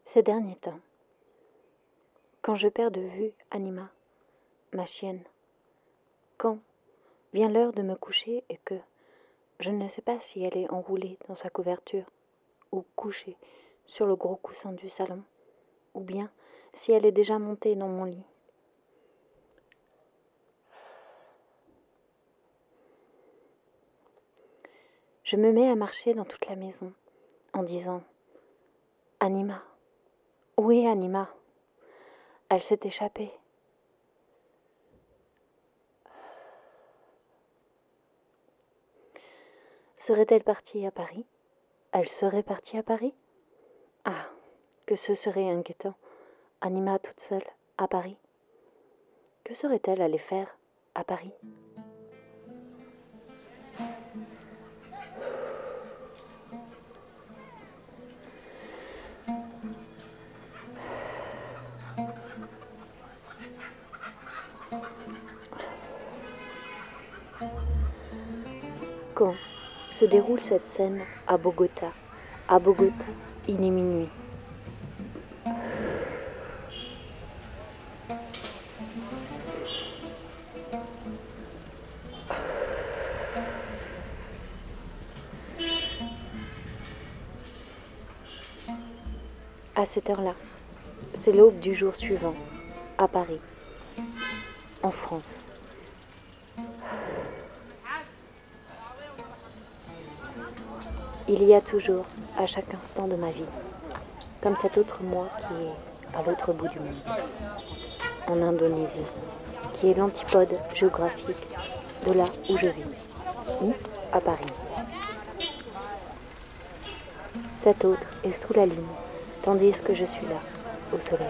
Ces derniers temps, quand je perds de vue Anima, ma chienne, quand vient l'heure de me coucher et que je ne sais pas si elle est enroulée dans sa couverture ou couchée sur le gros coussin du salon, ou bien si elle est déjà montée dans mon lit. Je me mets à marcher dans toute la maison en disant « Anima, où est Anima ? Elle s'est échappée. » Serait-elle partie à Paris ? Elle serait partie à Paris ? Ah, que ce serait inquiétant. Anima toute seule, à Paris. Que serait-elle allée faire à Paris ? Quand se déroule cette scène à Bogota, il est minuit. À cette heure-là, c'est l'aube du jour suivant, à Paris, en France. Il y a toujours, à chaque instant de ma vie, comme cet autre moi qui est à l'autre bout du monde, en Indonésie, qui est l'antipode géographique de là où je vis, ou à Paris. Cet autre est sous la lune, tandis que je suis là, au soleil.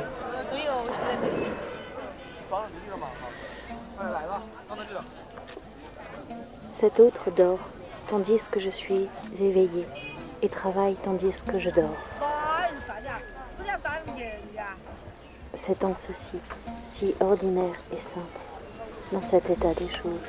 Cet autre dort, tandis que je suis éveillée, et travaille tandis que je dors. C'est en ceci, si ordinaire et simple, dans cet état des choses.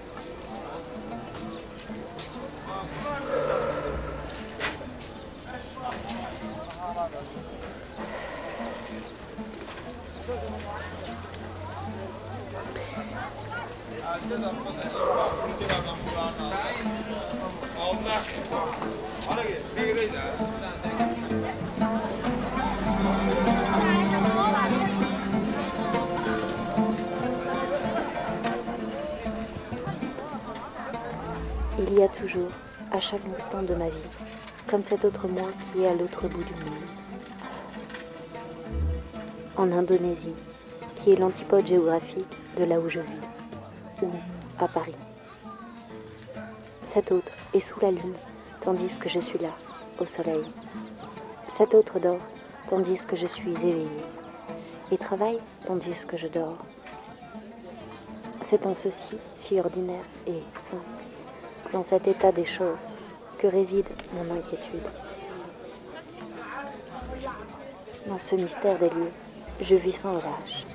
Il y a toujours, à chaque instant de ma vie, comme cet autre moi qui est à l'autre bout du monde. En Indonésie, qui est l'antipode géographique de là où je vis, ou à Paris. Cet autre est sous la lune, tandis que je suis là, au soleil. Cet autre dort, tandis que je suis éveillée, et travaille, tandis que je dors. C'est en ceci, si ordinaire et simple, dans cet état des choses, que réside mon inquiétude. Dans ce mystère des lieux, je vis sans relâche.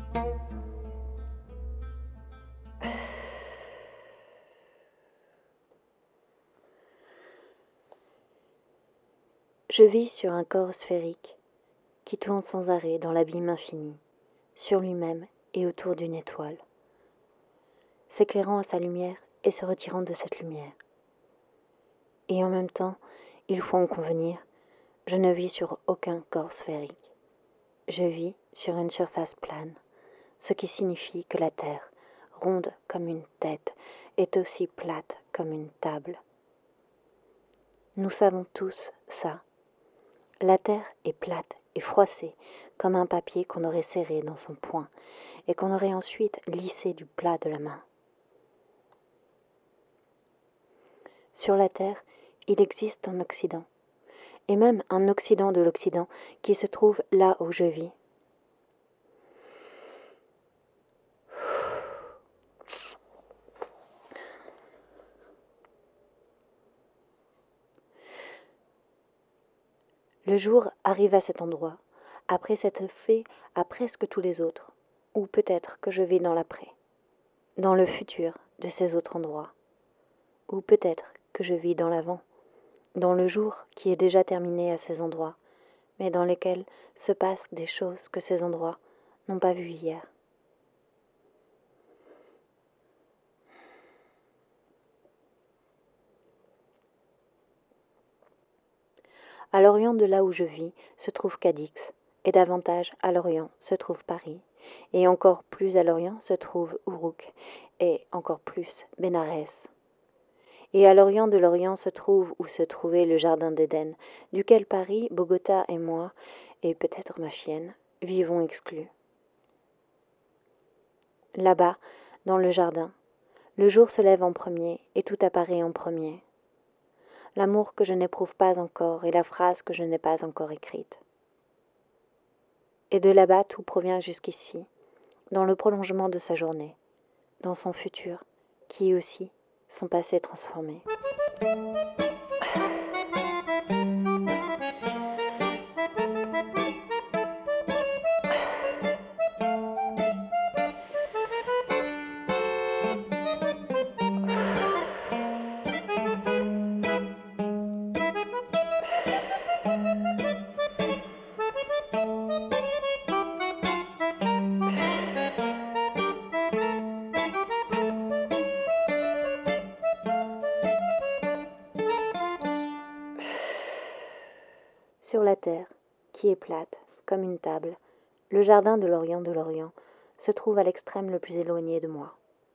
Je vis sur un corps sphérique qui tourne sans arrêt dans l'abîme infini, sur lui-même et autour d'une étoile, s'éclairant à sa lumière et se retirant de cette lumière. Et en même temps, il faut en convenir, je ne vis sur aucun corps sphérique. Je vis sur une surface plane, ce qui signifie que la Terre, ronde comme une tête, est aussi plate comme une table. Nous savons tous ça. La Terre est plate et froissée comme un papier qu'on aurait serré dans son poing et qu'on aurait ensuite lissé du plat de la main. Sur la Terre, il existe un Occident, et même un Occident de l'Occident qui se trouve là où je vis. Le jour arrive à cet endroit, après s'être fait à presque tous les autres, ou peut-être que je vis dans l'après, dans le futur de ces autres endroits, ou peut-être que je vis dans l'avant, dans le jour qui est déjà terminé à ces endroits, mais dans lesquels se passent des choses que ces endroits n'ont pas vues hier. À l'orient de là où je vis se trouve Cadix, et davantage à l'orient se trouve Paris, et encore plus à l'orient se trouve Uruk, et encore plus Bénarès. Et à l'orient de l'Orient se trouve où se trouvait le jardin d'Éden, duquel Paris, Bogota et moi, et peut-être ma chienne, vivons exclus. Là-bas, dans le jardin, le jour se lève en premier et tout apparaît en premier. L'amour que je n'éprouve pas encore et la phrase que je n'ai pas encore écrite. Et de là-bas tout provient jusqu'ici, dans le prolongement de sa journée, dans son futur, qui est aussi son passé transformé. Sur la terre, qui est plate, comme une table, le jardin de l'Orient se trouve à l'extrême le plus éloigné de moi.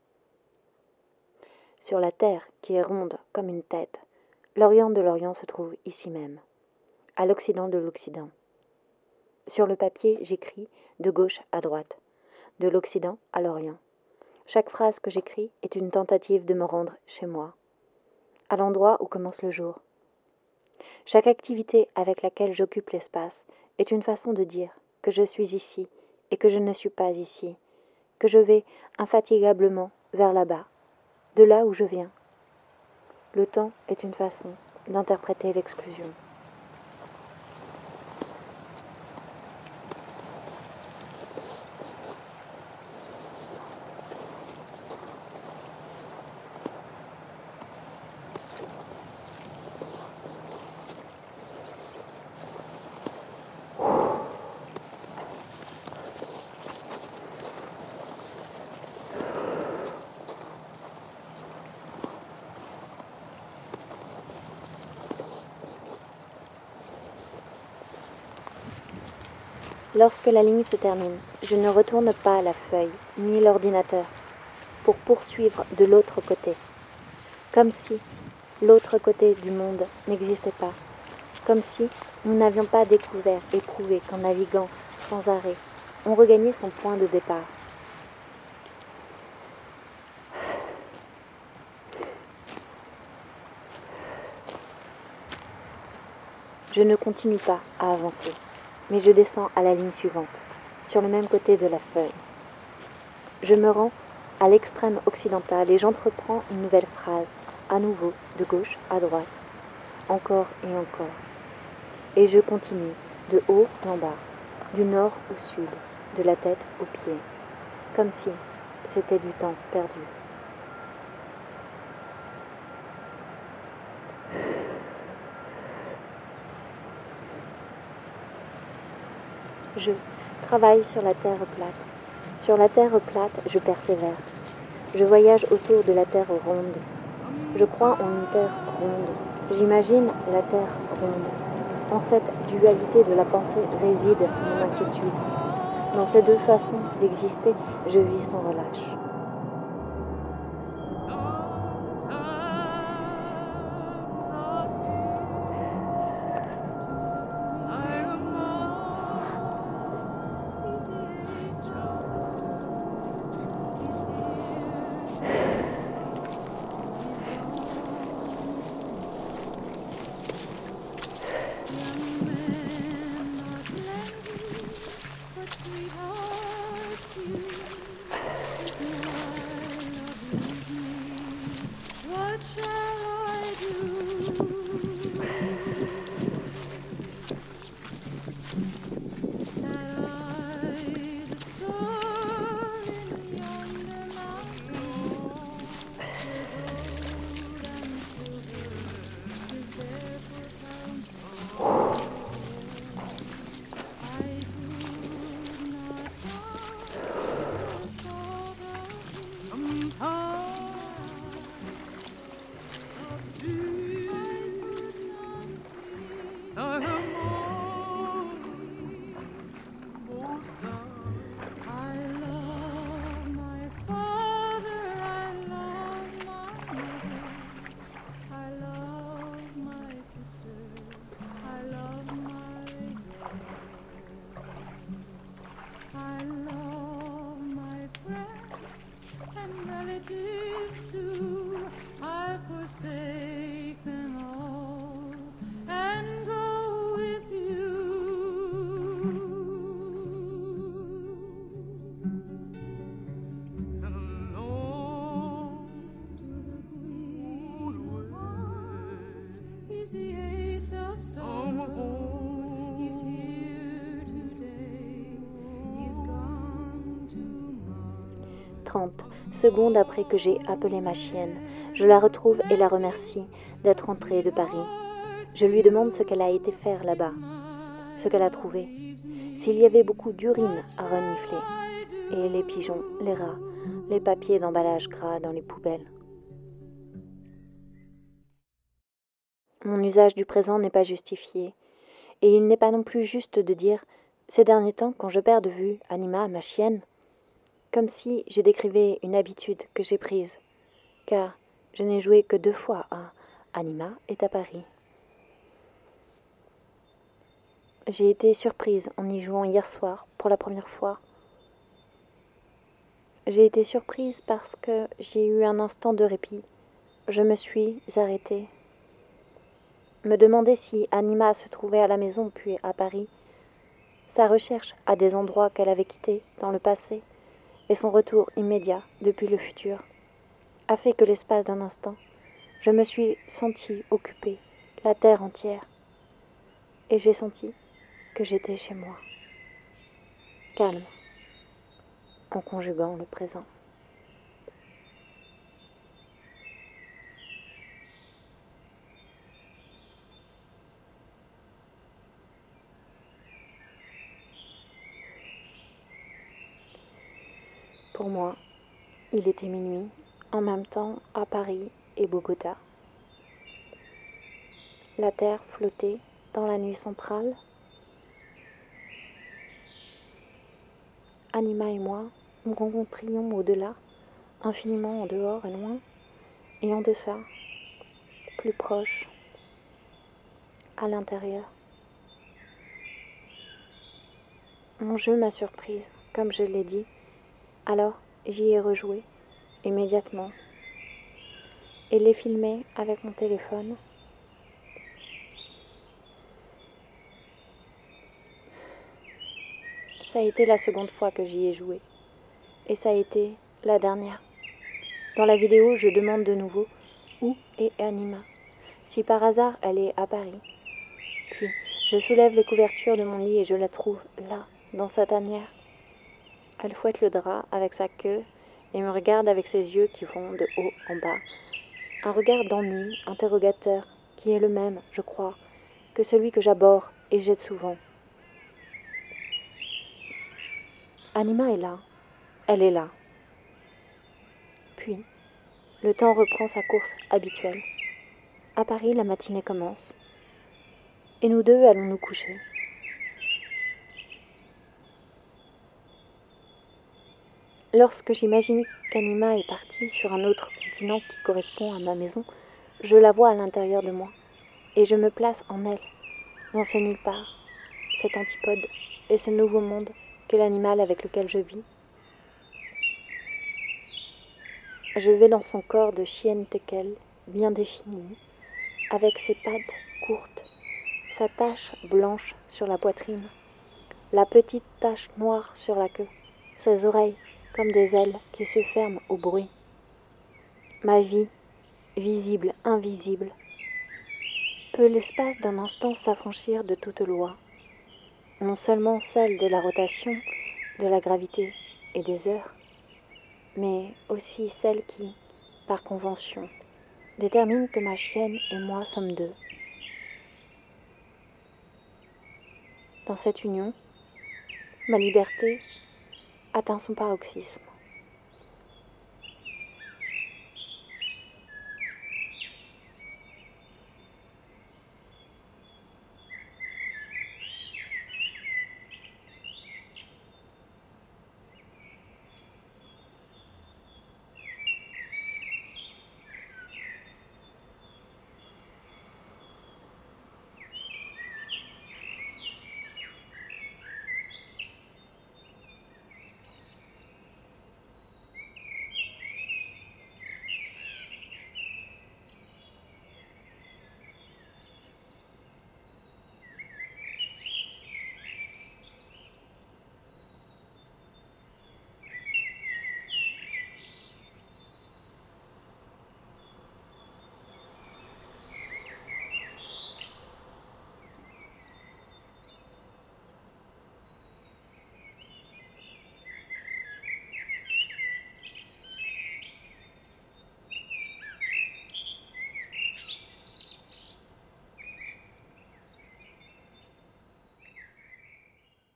Sur la terre, qui est ronde comme une tête, l'Orient de l'Orient se trouve ici même, à l'Occident de l'Occident. Sur le papier, j'écris de gauche à droite, de l'Occident à l'Orient. Chaque phrase que j'écris est une tentative de me rendre chez moi, à l'endroit où commence le jour. Chaque activité avec laquelle j'occupe l'espace est une façon de dire que je suis ici et que je ne suis pas ici, que je vais infatigablement vers là-bas, de là où je viens. Le temps est une façon d'interpréter l'exclusion. Lorsque la ligne se termine, je ne retourne pas à la feuille, ni l'ordinateur, pour poursuivre de l'autre côté. Comme si l'autre côté du monde n'existait pas. Comme si nous n'avions pas découvert et prouvé qu'en naviguant sans arrêt, on regagnait son point de départ. Je ne continue pas à avancer, mais je descends à la ligne suivante, sur le même côté de la feuille. Je me rends à l'extrême occidental et j'entreprends une nouvelle phrase, à nouveau de gauche à droite, encore et encore. Et je continue, de haut en bas, du nord au sud, de la tête aux pieds. comme si c'était du temps perdu. Je travaille sur la terre plate. Sur la terre plate, je persévère. Je voyage autour de la terre ronde. Je crois en une terre ronde. J'imagine la terre ronde. En cette dualité de la pensée réside mon inquiétude. Dans ces deux façons d'exister, je vis sans relâche. Secondes après que j'ai appelé ma chienne, je la retrouve et la remercie d'être entrée de Paris. Je lui demande ce qu'elle a été faire là-bas, ce qu'elle a trouvé, s'il y avait beaucoup d'urine à renifler, et les pigeons, les rats, les papiers d'emballage gras dans les poubelles. Mon usage du présent n'est pas justifié, et il n'est pas non plus juste de dire « ces derniers temps, quand je perds de vue Anima, ma chienne », comme si je décrivais une habitude que j'ai prise, car je n'ai joué que 2 fois à Anima est à Paris. J'ai été surprise en y jouant hier soir pour la première fois. J'ai été surprise parce que j'ai eu un instant de répit. Je me suis arrêtée. Me demander si Anima se trouvait à la maison puis à Paris. Sa recherche à des endroits qu'elle avait quittés dans le passé et son retour immédiat depuis le futur a fait que l'espace d'un instant, je me suis sentie occupée, la terre entière, et j'ai senti que j'étais chez moi, calme, en conjuguant le présent. Pour moi, il était minuit, en même temps à Paris et Bogota. La terre flottait dans la nuit centrale. Anima et moi nous rencontrions au-delà, infiniment en dehors et loin, et en deçà, plus proche, à l'intérieur. Mon jeu m'a surprise, comme je l'ai dit, alors j'y ai rejoué immédiatement et l'ai filmé avec mon téléphone. Ça a été la seconde fois que j'y ai joué, et ça a été la dernière. Dans la vidéo, je demande de nouveau où est Anima, si par hasard elle est à Paris. Puis, je soulève les couvertures de mon lit et je la trouve là, dans sa tanière. Elle fouette le drap avec sa queue et me regarde avec ses yeux qui vont de haut en bas. Un regard d'ennui, interrogateur, qui est le même, je crois, que celui que j'aborde et jette souvent. Anima est là, elle est là. Puis, le temps reprend sa course habituelle. À Paris, la matinée commence. Et nous deux allons nous coucher. Lorsque j'imagine qu'Anima est partie sur un autre continent qui correspond à ma maison, je la vois à l'intérieur de moi, et je me place en elle, dans ce nulle part, cet antipode et ce nouveau monde qu'est l'animal avec lequel je vis. Je vais dans son corps de chienne teckel, bien défini, avec ses pattes courtes, sa tache blanche sur la poitrine, la petite tache noire sur la queue, ses oreilles comme des ailes qui se ferment au bruit. Ma vie, visible, invisible, peut l'espace d'un instant s'affranchir de toute loi, non seulement celle de la rotation, de la gravité et des heures, mais aussi celle qui, par convention, détermine que ma chienne et moi sommes deux. Dans cette union, ma liberté atteint son paroxysme.